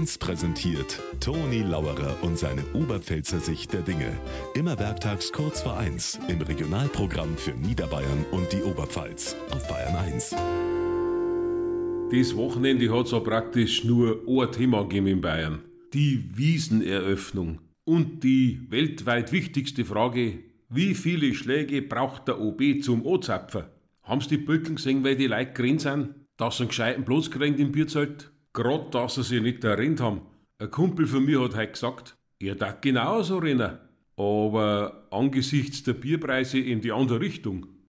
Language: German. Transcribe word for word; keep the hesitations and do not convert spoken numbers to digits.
eins präsentiert Toni Lauerer und seine Oberpfälzer Sicht der Dinge. Immer werktags kurz vor eins im Regionalprogramm für Niederbayern und die Oberpfalz auf Bayern eins. Das Wochenende hat es auch praktisch nur ein Thema gegeben in Bayern. Die Wieseneröffnung. Und die weltweit wichtigste Frage: Wie viele Schläge braucht der O B zum Anzapfen? Haben Sie die Böckeln gesehen, weil die Leute gerannt sind? Dass sie einen gescheiten Platz kriegen im Bierzelt? Gerade, dass sie sich nicht errennt haben. Ein Kumpel von mir hat heute gesagt, er darf genauso rennen. Aber angesichts der Bierpreise in die andere Richtung.